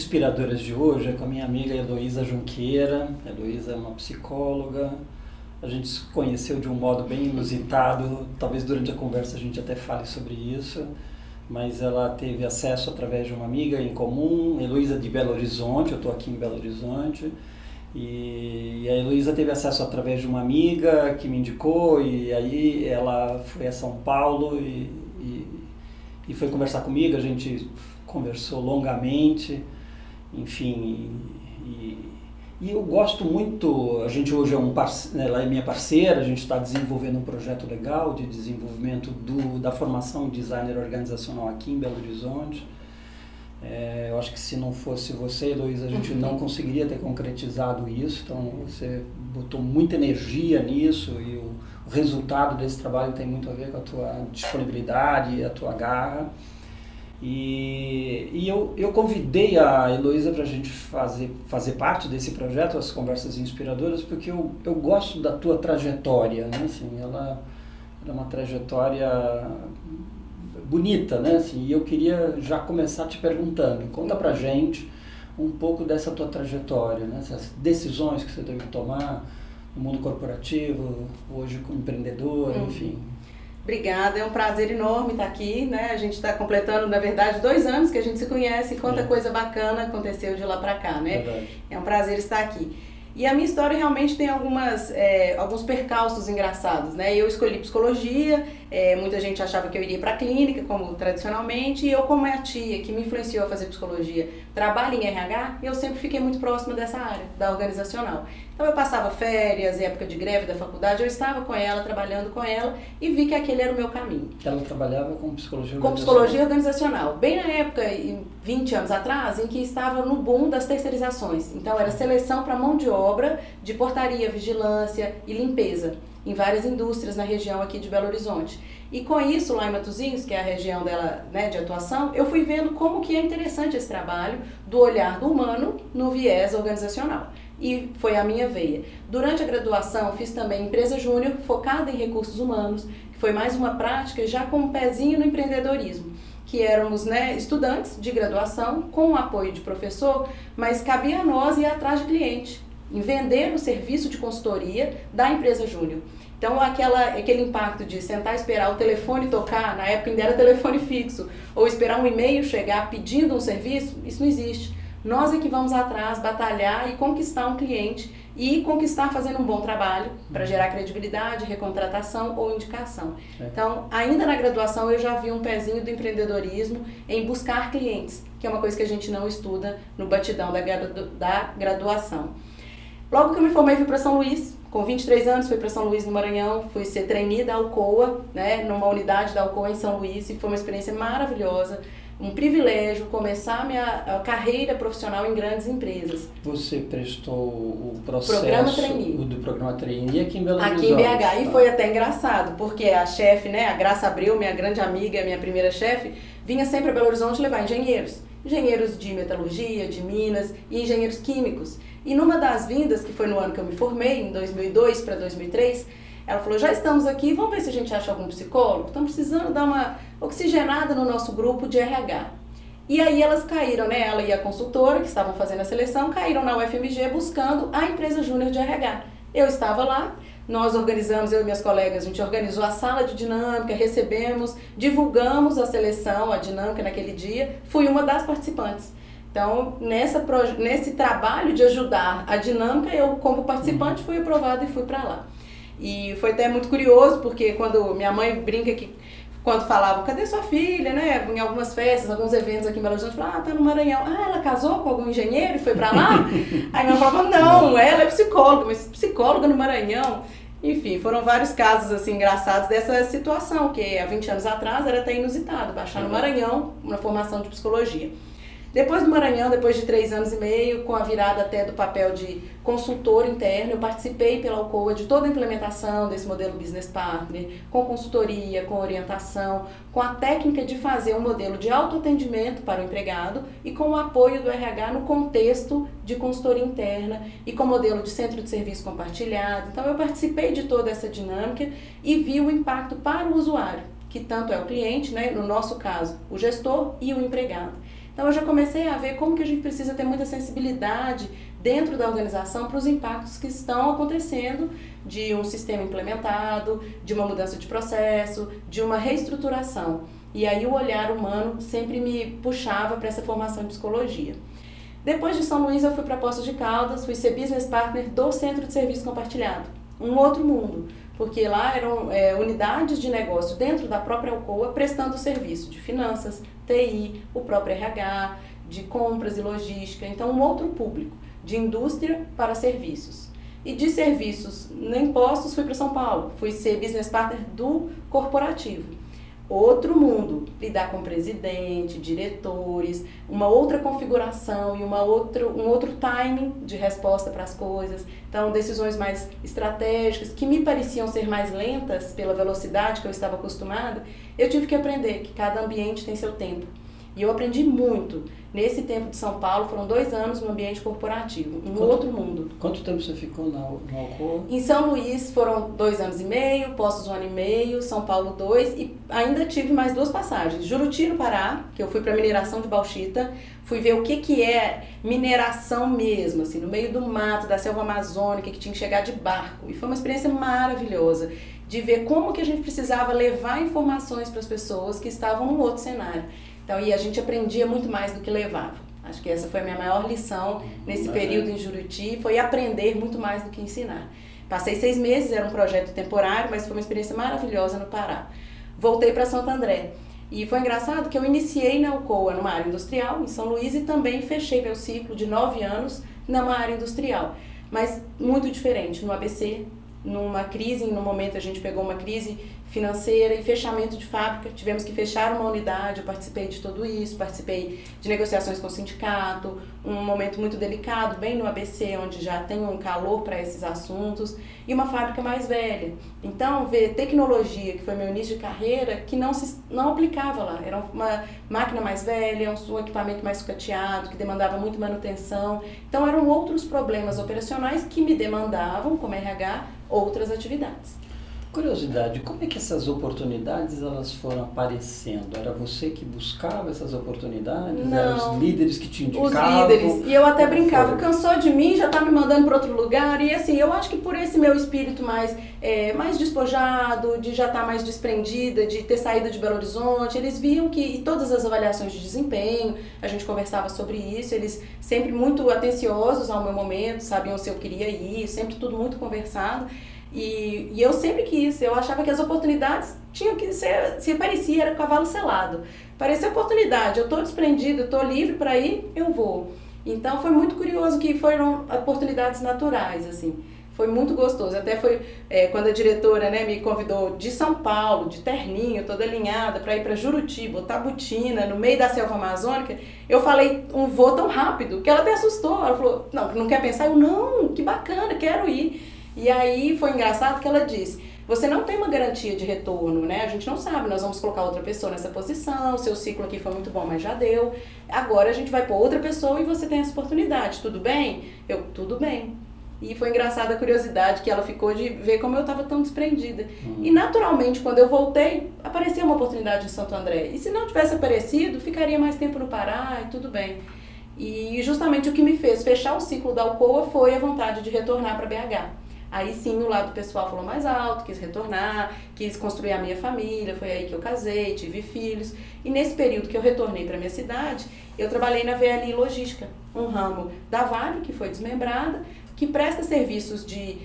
inspiradoras de hoje é com a minha amiga Heloísa Junqueira. A Heloísa é uma psicóloga. A gente se conheceu de um modo bem inusitado. Talvez durante a conversa a gente até fale sobre isso. Mas ela teve acesso através de uma amiga em comum, Heloísa de Belo Horizonte. Eu estou aqui em Belo Horizonte. E a Heloísa teve acesso através de uma amiga que me indicou. E aí ela foi a São Paulo e foi conversar comigo. A gente conversou longamente, enfim, e eu gosto muito. A gente hoje ela é minha parceira. A gente está desenvolvendo um projeto legal de desenvolvimento da formação de designer organizacional aqui em Belo Horizonte. Eu acho que se não fosse você, Heloísa, a gente não conseguiria ter concretizado isso. Então você botou muita energia nisso e o resultado desse trabalho tem muito a ver com a tua disponibilidade e a tua garra. E eu convidei a Heloísa para a gente fazer parte desse projeto, as Conversas Inspiradoras, porque eu gosto da tua trajetória, né? Assim, ela é uma trajetória bonita, né? Assim, e eu queria já começar te perguntando, conta pra gente um pouco dessa tua trajetória, né? Essas decisões que você teve que tomar no mundo corporativo, hoje como empreendedora, enfim. Obrigada, é um prazer enorme estar aqui, né? A gente está completando, na verdade, 2 anos que a gente se conhece e quanta coisa bacana aconteceu de lá para cá, né? Verdade. É um prazer estar aqui. E a minha história realmente tem alguns percalços engraçados, né? Eu escolhi psicologia, muita gente achava que eu iria para a clínica, como tradicionalmente, e eu, como é a tia que me influenciou a fazer psicologia, trabalho em RH, eu sempre fiquei muito próxima dessa área, da organizacional. Então eu passava férias, época de greve da faculdade, eu estava com ela, trabalhando com ela, e vi que aquele era o meu caminho. Ela trabalhava com psicologia organizacional? Com psicologia organizacional. Bem na época, 20 anos atrás, em que estava no boom das terceirizações. Então era seleção para mão de obra de portaria, vigilância e limpeza em várias indústrias na região aqui de Belo Horizonte. E com isso, lá em Matosinhos, que é a região dela, né, de atuação, eu fui vendo como que é interessante esse trabalho do olhar do humano no viés organizacional. E foi a minha veia. Durante a graduação, fiz também empresa júnior, focada em recursos humanos, que foi mais uma prática já com um pezinho no empreendedorismo, que éramos, né, estudantes de graduação, com o apoio de professor, mas cabia a nós ir atrás de cliente, em vender o serviço de consultoria da empresa júnior. Então aquele impacto de sentar e esperar o telefone tocar, na época ainda era telefone fixo, ou esperar um e-mail chegar pedindo um serviço, isso não existe. Nós é que vamos atrás, batalhar e conquistar um cliente e conquistar fazendo um bom trabalho para gerar credibilidade, recontratação ou indicação. Então, ainda na graduação eu já vi um pezinho do empreendedorismo em buscar clientes, que é uma coisa que a gente não estuda no batidão da graduação. Logo que eu me formei, fui para São Luís. Com 23 anos, fui para São Luís, no Maranhão. Fui ser trainee da Alcoa, né, numa unidade da Alcoa em São Luís. E foi uma experiência maravilhosa. Um privilégio começar a minha carreira profissional em grandes empresas. Você prestou o processo do programa trainee aqui em Belo Horizonte? Aqui em BH. E foi até engraçado, porque a chefe, né, a Graça Abreu, minha grande amiga, minha primeira chefe, vinha sempre a Belo Horizonte levar engenheiros. Engenheiros de metalurgia, de minas e engenheiros químicos. E numa das vindas, que foi no ano que eu me formei, em 2002 para 2003, ela falou, já estamos aqui, vamos ver se a gente acha algum psicólogo? Estamos precisando dar uma oxigenada no nosso grupo de RH. E aí elas caíram, né? Ela e a consultora, que estavam fazendo a seleção, caíram na UFMG buscando a empresa júnior de RH. Eu estava lá, nós organizamos, eu e minhas colegas, a gente organizou a sala de dinâmica, recebemos, divulgamos a seleção, a dinâmica naquele dia, fui uma das participantes. Então, nesse trabalho de ajudar a dinâmica, eu como participante fui aprovada e fui para lá. E foi até muito curioso, porque quando minha mãe brinca que quando falava, cadê sua filha, né? Em algumas festas, alguns eventos aqui em Belo Horizonte, falava, tá no Maranhão. Ah, ela casou com algum engenheiro e foi pra lá? Aí minha mãe falava, não, ela é psicóloga, mas psicóloga no Maranhão. Enfim, foram vários casos assim engraçados dessa situação, que há 20 anos atrás era até inusitado, baixar no Maranhão uma formação de psicologia. Depois do Maranhão, depois de 3 anos e meio, com a virada até do papel de consultor interno, eu participei pela Alcoa de toda a implementação desse modelo Business Partner, com consultoria, com orientação, com a técnica de fazer um modelo de autoatendimento para o empregado e com o apoio do RH no contexto de consultoria interna e com modelo de centro de serviço compartilhado. Então eu participei de toda essa dinâmica e vi o impacto para o usuário, que tanto é o cliente, né, no nosso caso, o gestor e o empregado. Então eu já comecei a ver como que a gente precisa ter muita sensibilidade dentro da organização para os impactos que estão acontecendo de um sistema implementado, de uma mudança de processo, de uma reestruturação. E aí o olhar humano sempre me puxava para essa formação de psicologia. Depois de São Luís eu fui para Poços de Caldas, fui ser business partner do Centro de Serviço Compartilhado. Um outro mundo, porque lá eram unidades de negócio dentro da própria Alcoa prestando serviço de finanças, TI, o próprio RH, de compras e logística, então um outro público, de indústria para serviços. E de serviços nem postos fui para São Paulo, fui ser business partner do corporativo. Outro mundo, lidar com presidente, diretores, uma outra configuração e um outro timing de resposta para as coisas. Então, decisões mais estratégicas, que me pareciam ser mais lentas pela velocidade que eu estava acostumada, eu tive que aprender que cada ambiente tem seu tempo. E eu aprendi muito. Nesse tempo de São Paulo, foram 2 anos no ambiente corporativo, outro mundo. Quanto tempo você ficou na Alcoa? Em São Luís foram 2 anos e meio, Poços 1 ano e meio, São Paulo 2 e ainda tive mais 2 passagens. Juruti no Pará, que eu fui para mineração de bauxita, fui ver o que é mineração mesmo, assim, no meio do mato, da selva amazônica, que tinha que chegar de barco. E foi uma experiência maravilhosa de ver como que a gente precisava levar informações para as pessoas que estavam num outro cenário. Então, e a gente aprendia muito mais do que levava. Acho que essa foi a minha maior lição nesse período em Juruti, foi aprender muito mais do que ensinar. Passei 6 meses, era um projeto temporário, mas foi uma experiência maravilhosa no Pará. Voltei para Santo André. E foi engraçado que eu iniciei na Alcoa, numa área industrial, em São Luís, e também fechei meu ciclo de 9 anos numa área industrial. Mas muito diferente, no ABC, numa crise, num momento a gente pegou uma crise financeira e fechamento de fábrica, tivemos que fechar uma unidade, eu participei de tudo isso, participei de negociações com o sindicato, um momento muito delicado, bem no ABC, onde já tem um calor para esses assuntos, e uma fábrica mais velha. Então, ver tecnologia, que foi meu início de carreira, que não aplicava lá, era uma máquina mais velha, um equipamento mais sucateado, que demandava muito manutenção, então eram outros problemas operacionais que me demandavam, como RH, outras atividades. Curiosidade, como é que essas oportunidades elas foram aparecendo? Era você que buscava essas oportunidades? Não, eram os líderes que te indicavam? Os líderes. E eu até brincava, cansou de mim, já tá me mandando para outro lugar. E assim, eu acho que por esse meu espírito mais despojado, de já estar mais desprendida, de ter saído de Belo Horizonte, eles viam que, e todas as avaliações de desempenho, a gente conversava sobre isso, eles sempre muito atenciosos ao meu momento, sabiam se eu queria ir, sempre tudo muito conversado. E eu sempre quis, eu achava que as oportunidades tinham que ser, se parecia, era cavalo selado. Parecia oportunidade, eu estou desprendida, estou livre para ir, eu vou. Então foi muito curioso que foram oportunidades naturais, assim. Foi muito gostoso, até foi quando a diretora, né, me convidou de São Paulo, de terninho, toda alinhada, para ir para Juruti, botar botina no meio da selva amazônica. Eu falei um voo tão rápido que ela até assustou, ela falou, não quer pensar? Eu, não, que bacana, quero ir. E aí foi engraçado que ela disse, você não tem uma garantia de retorno, né? A gente não sabe, nós vamos colocar outra pessoa nessa posição, seu ciclo aqui foi muito bom, mas já deu. Agora a gente vai pôr outra pessoa e você tem essa oportunidade, tudo bem? Eu, tudo bem. E foi engraçada a curiosidade que ela ficou de ver como eu estava tão desprendida. E naturalmente, quando eu voltei, apareceu uma oportunidade em Santo André. E se não tivesse aparecido, ficaria mais tempo no Pará e tudo bem. E justamente o que me fez fechar o ciclo da Alcoa foi a vontade de retornar para BH. Aí sim, o lado pessoal falou mais alto, quis retornar, quis construir a minha família, foi aí que eu casei, tive filhos. E nesse período que eu retornei para minha cidade, eu trabalhei na VLI Logística, um ramo da Vale, que foi desmembrada, que presta serviços de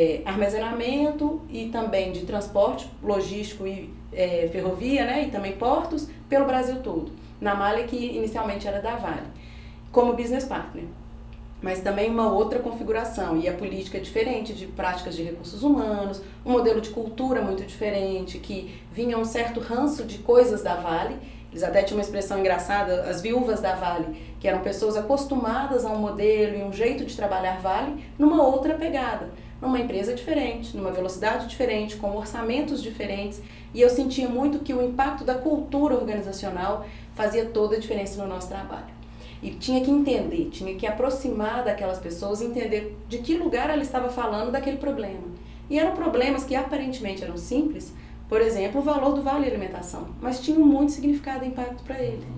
armazenamento e também de transporte logístico e ferrovia, né, e também portos, pelo Brasil todo. Na malha que inicialmente era da Vale, como business partner. Mas também uma outra configuração, e a política é diferente de práticas de recursos humanos, um modelo de cultura muito diferente, que vinha um certo ranço de coisas da Vale. Eles até tinham uma expressão engraçada, as viúvas da Vale, que eram pessoas acostumadas a um modelo e um jeito de trabalhar Vale, numa outra pegada, numa empresa diferente, numa velocidade diferente, com orçamentos diferentes, e eu sentia muito que o impacto da cultura organizacional fazia toda a diferença no nosso trabalho. E tinha que entender, tinha que aproximar daquelas pessoas e entender de que lugar ela estava falando daquele problema. E eram problemas que aparentemente eram simples, por exemplo, o valor do vale alimentação, mas tinham muito significado e impacto para ele.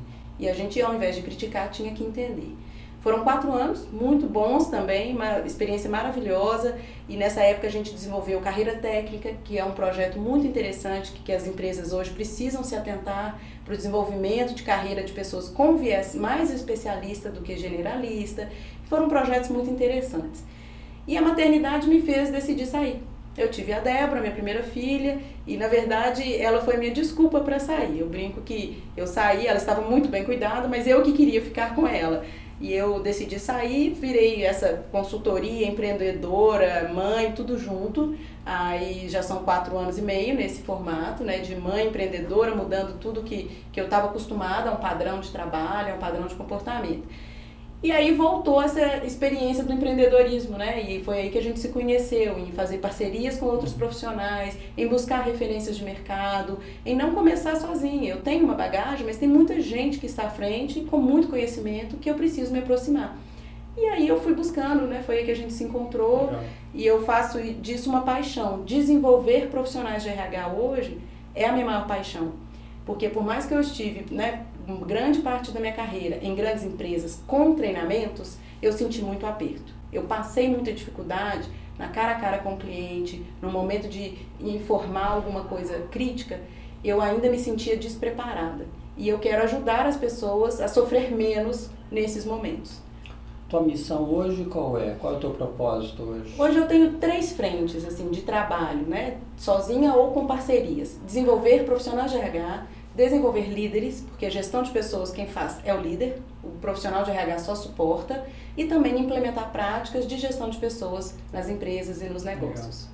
E a gente, ao invés de criticar, tinha que entender. Foram 4 anos muito bons também, uma experiência maravilhosa, e nessa época a gente desenvolveu Carreira Técnica, que é um projeto muito interessante, que as empresas hoje precisam se atentar para o desenvolvimento de carreira de pessoas com viés mais especialista do que generalista. Foram projetos muito interessantes. E a maternidade me fez decidir sair. Eu tive a Débora, minha primeira filha, e na verdade ela foi minha desculpa para sair. Eu brinco que eu saí, ela estava muito bem cuidada, mas eu que queria ficar com ela. E eu decidi sair, virei essa consultoria, empreendedora, mãe, tudo junto. Aí já são 4 anos e meio nesse formato, né, de mãe empreendedora, mudando tudo que eu estava acostumada a um padrão de trabalho, a um padrão de comportamento. E aí voltou essa experiência do empreendedorismo, né? E foi aí que a gente se conheceu, em fazer parcerias com outros profissionais, em buscar referências de mercado, em não começar sozinha. Eu tenho uma bagagem, mas tem muita gente que está à frente, com muito conhecimento, que eu preciso me aproximar. E aí eu fui buscando, né? Foi aí que a gente se encontrou. Legal. E eu faço disso uma paixão. Desenvolver profissionais de RH hoje é a minha maior paixão. Porque por mais que eu estive, né, grande parte da minha carreira em grandes empresas com treinamentos, eu senti muito aperto. Eu passei muita dificuldade na cara a cara com o cliente, no momento de informar alguma coisa crítica, eu ainda me sentia despreparada. E eu quero ajudar as pessoas a sofrer menos nesses momentos. Tua missão hoje qual é? Qual é o teu propósito hoje? Hoje eu tenho 3 frentes assim, de trabalho, né? Sozinha ou com parcerias. Desenvolver profissionais de RH, desenvolver líderes, porque a gestão de pessoas quem faz é o líder, o profissional de RH só suporta, e também implementar práticas de gestão de pessoas nas empresas e nos negócios.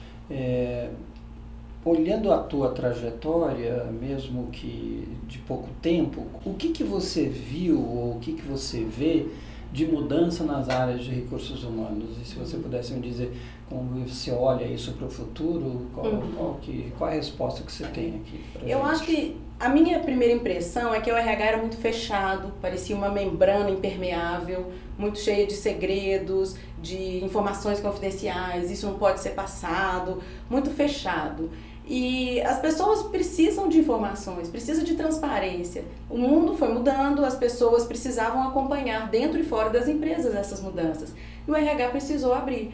Olhando a tua trajetória, mesmo que de pouco tempo, o que você viu ou o que você vê de mudança nas áreas de recursos humanos? E se você pudesse me dizer como você olha isso para o futuro, qual é a resposta que você tem aqui pra gente? Eu acho que a minha primeira impressão é que o RH era muito fechado, parecia uma membrana impermeável, muito cheia de segredos, de informações confidenciais, isso não pode ser passado, muito fechado. E as pessoas precisam de informações, precisam de transparência. O mundo foi mudando, as pessoas precisavam acompanhar dentro e fora das empresas essas mudanças. E o RH precisou abrir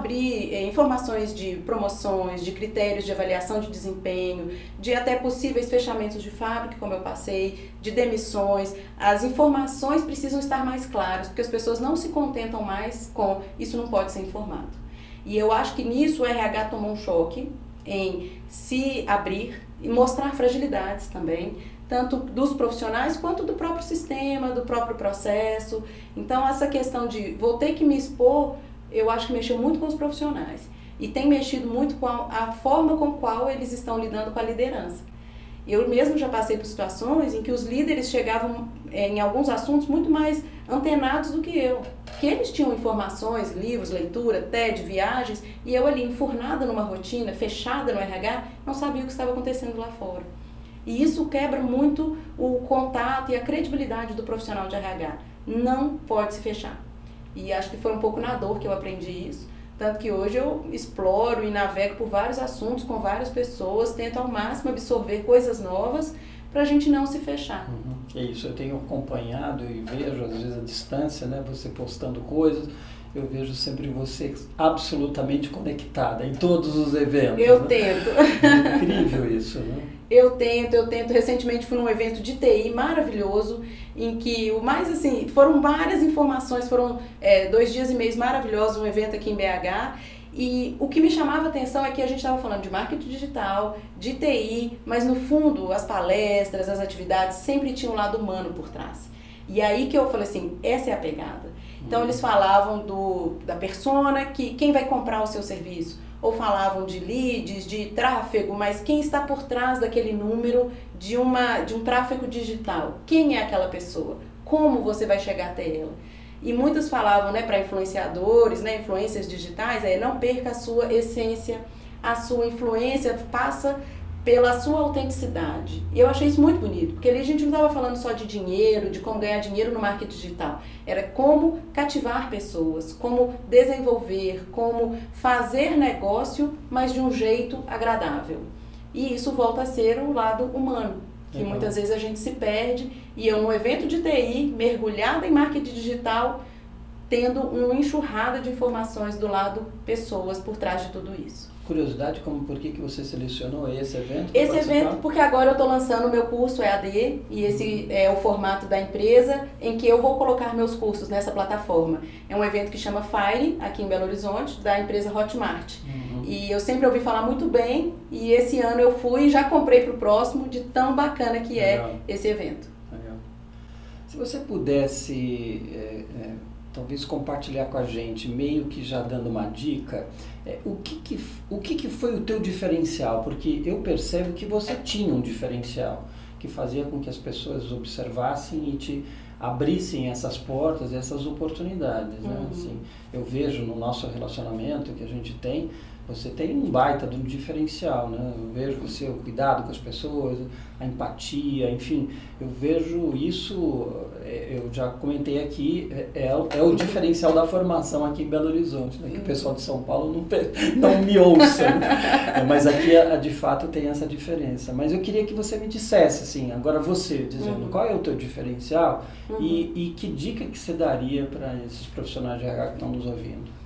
informações de promoções, de critérios de avaliação de desempenho, de até possíveis fechamentos de fábrica, como eu passei, de demissões. As informações precisam estar mais claras, porque as pessoas não se contentam mais com isso não pode ser informado. E eu acho que nisso o RH tomou um choque, em se abrir e mostrar fragilidades também, tanto dos profissionais quanto do próprio sistema, do próprio processo. Então essa questão de vou ter que me expor, eu acho que mexeu muito com os profissionais e tem mexido muito com a forma com a qual eles estão lidando com a liderança. Eu mesmo já passei por situações em que os líderes chegavam em alguns assuntos muito mais antenados do que eu. Que eles tinham informações, livros, leitura, TED, viagens, e eu ali enfurnada numa rotina, fechada no RH, não sabia o que estava acontecendo lá fora. E isso quebra muito o contato e a credibilidade do profissional de RH. Não pode se fechar. E acho que foi um pouco na dor que eu aprendi isso. Tanto que hoje eu exploro e navego por vários assuntos com várias pessoas, tento ao máximo absorver coisas novas para a gente não se fechar. É isso, eu tenho acompanhado e vejo às vezes a distância, né? Você postando coisas, eu vejo sempre você absolutamente conectada em todos os eventos. Eu né? tento. É incrível isso, né? Eu tento. Recentemente fui num evento de TI maravilhoso, em que o mais assim, foram várias informações, foram 2 dias e meio maravilhosos, um evento aqui em BH, e o que me chamava a atenção é que a gente estava falando de marketing digital, de TI, mas no fundo as palestras, as atividades sempre tinham um lado humano por trás. E aí que eu falei assim, essa é a pegada. Então eles falavam da persona, quem vai comprar o seu serviço, ou falavam de leads, de tráfego, mas quem está por trás daquele número de um tráfego digital? Quem é aquela pessoa? Como você vai chegar até ela? E muitos falavam, né, para influenciadores, né, influências digitais, não perca a sua essência, a sua influência passa pela sua autenticidade. E eu achei isso muito bonito, porque ali a gente não estava falando só de dinheiro, de como ganhar dinheiro no marketing digital. Era como cativar pessoas, como desenvolver, como fazer negócio, mas de um jeito agradável. E isso volta a ser o lado humano. que muitas vezes a gente se perde e eu no evento de TI, mergulhada em marketing digital, tendo uma enxurrada de informações do lado pessoas por trás de tudo isso. Curiosidade, por que você selecionou esse evento? Esse evento, porque agora eu estou lançando o meu curso EAD e esse é o formato da empresa em que eu vou colocar meus cursos nessa plataforma. É um evento que chama Fire, aqui em Belo Horizonte, da empresa Hotmart. E eu sempre ouvi falar muito bem e esse ano eu fui e já comprei para o próximo de tão bacana que é esse evento. Legal. Se você pudesse talvez compartilhar com a gente, meio que já dando uma dica, o que foi o teu diferencial? Porque eu percebo que você tinha um diferencial que fazia com que as pessoas observassem e te abrissem essas portas, essas oportunidades, né? Assim, eu vejo no nosso relacionamento que a gente tem, você tem um baita de um diferencial, né? Eu vejo você, o cuidado com as pessoas, a empatia, enfim, eu vejo isso, eu já comentei aqui, é o diferencial da formação aqui em Belo Horizonte, né? Que o pessoal de São Paulo não me ouça, né? Mas aqui de fato tem essa diferença. Mas eu queria que você me dissesse, assim, agora você, dizendo qual é o teu diferencial e que dica que você daria para esses profissionais de RH que estão nos ouvindo.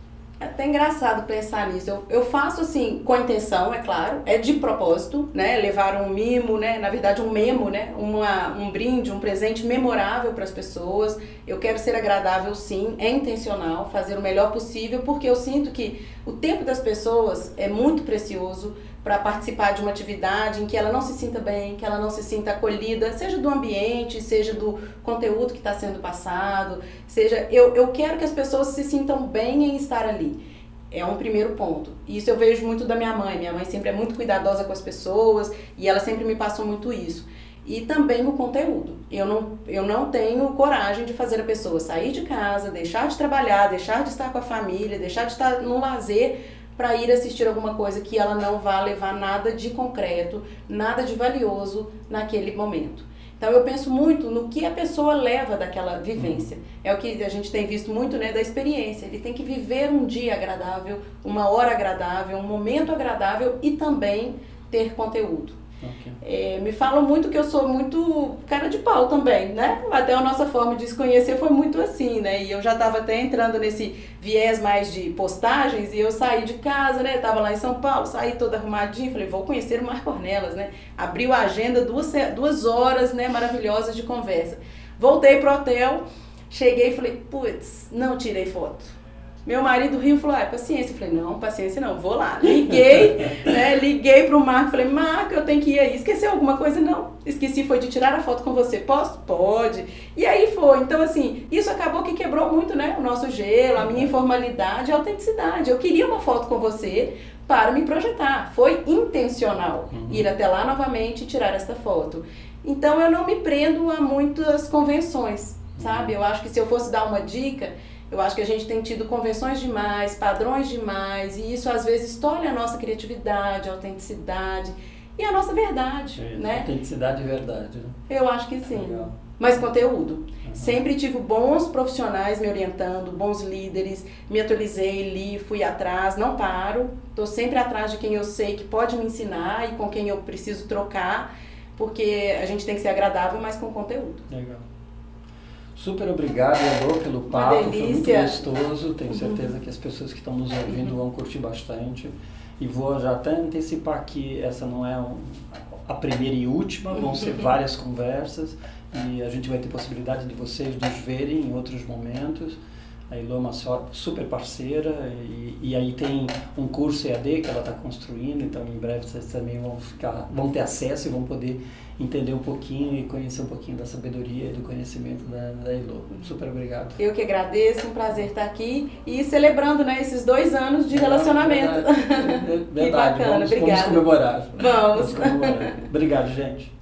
É até engraçado pensar nisso. Eu faço assim, com intenção, é claro, é de propósito, né? Levar um mimo, né? Na verdade um memo, né? Um brinde, um presente memorável para as pessoas. Eu quero ser agradável sim, é intencional, fazer o melhor possível, porque eu sinto que o tempo das pessoas é muito precioso para participar de uma atividade em que ela não se sinta bem, que ela não se sinta acolhida, seja do ambiente, seja do conteúdo que está sendo passado, seja... Eu quero que as pessoas se sintam bem em estar ali. É um primeiro ponto. Isso eu vejo muito da minha mãe. Minha mãe sempre é muito cuidadosa com as pessoas e ela sempre me passou muito isso. E também o conteúdo. Eu não tenho coragem de fazer a pessoa sair de casa, deixar de trabalhar, deixar de estar com a família, deixar de estar no lazer para ir assistir alguma coisa que ela não vá levar nada de concreto, nada de valioso naquele momento. Então eu penso muito no que a pessoa leva daquela vivência. É o que a gente tem visto muito, né, da experiência. Ele tem que viver um dia agradável, uma hora agradável, um momento agradável e também ter conteúdo. Okay. Me falam muito que eu sou muito cara de pau também, né? Até a nossa forma de se conhecer foi muito assim, né? E eu já estava até entrando nesse viés mais de postagens e eu saí de casa, né? Tava lá em São Paulo, saí toda arrumadinha, falei, vou conhecer o Marco Ornelas, né? Abriu a agenda, 2 horas, né, maravilhosas de conversa. Voltei pro hotel, cheguei e falei, putz, não tirei foto. Meu marido riu e falou, paciência. Eu falei, não, paciência não, vou lá. Liguei, né, liguei pro Marco, falei, Marco, eu tenho que ir aí. Esqueceu alguma coisa? Não. Esqueci, foi de tirar a foto com você. Posso? Pode. E aí foi. Então, assim, isso acabou que quebrou muito, né, o nosso gelo, a minha informalidade, a autenticidade. Eu queria uma foto com você para me projetar. Foi intencional ir até lá novamente e tirar essa foto. Então, eu não me prendo a muitas convenções, sabe? Eu acho que se eu fosse dar uma dica... Eu acho que a gente tem tido convenções demais, padrões demais, e isso às vezes tolhe a nossa criatividade, a autenticidade e a nossa verdade, né? Autenticidade e verdade, né? Eu acho que sim. Legal. Mas conteúdo. Sempre tive bons profissionais me orientando, bons líderes, me atualizei, li, fui atrás, não paro. Estou sempre atrás de quem eu sei que pode me ensinar e com quem eu preciso trocar, porque a gente tem que ser agradável, mas com conteúdo. Legal. Super obrigado, Elô, pelo papo, foi muito gostoso, tenho certeza que as pessoas que estão nos ouvindo vão curtir bastante. E vou já até antecipar que essa não é a primeira e última, vão ser várias conversas e a gente vai ter possibilidade de vocês nos verem em outros momentos. A Elô é uma super parceira e aí tem um curso EAD que ela está construindo, então em breve vocês também vão ter acesso e vão poder entender um pouquinho e conhecer um pouquinho da sabedoria e do conhecimento da Elô. Super obrigado. Eu que agradeço, um prazer estar aqui e celebrando, né, esses 2 anos de relacionamento. Verdade, que bacana, vamos comemorar. Vamos. Obrigado, gente.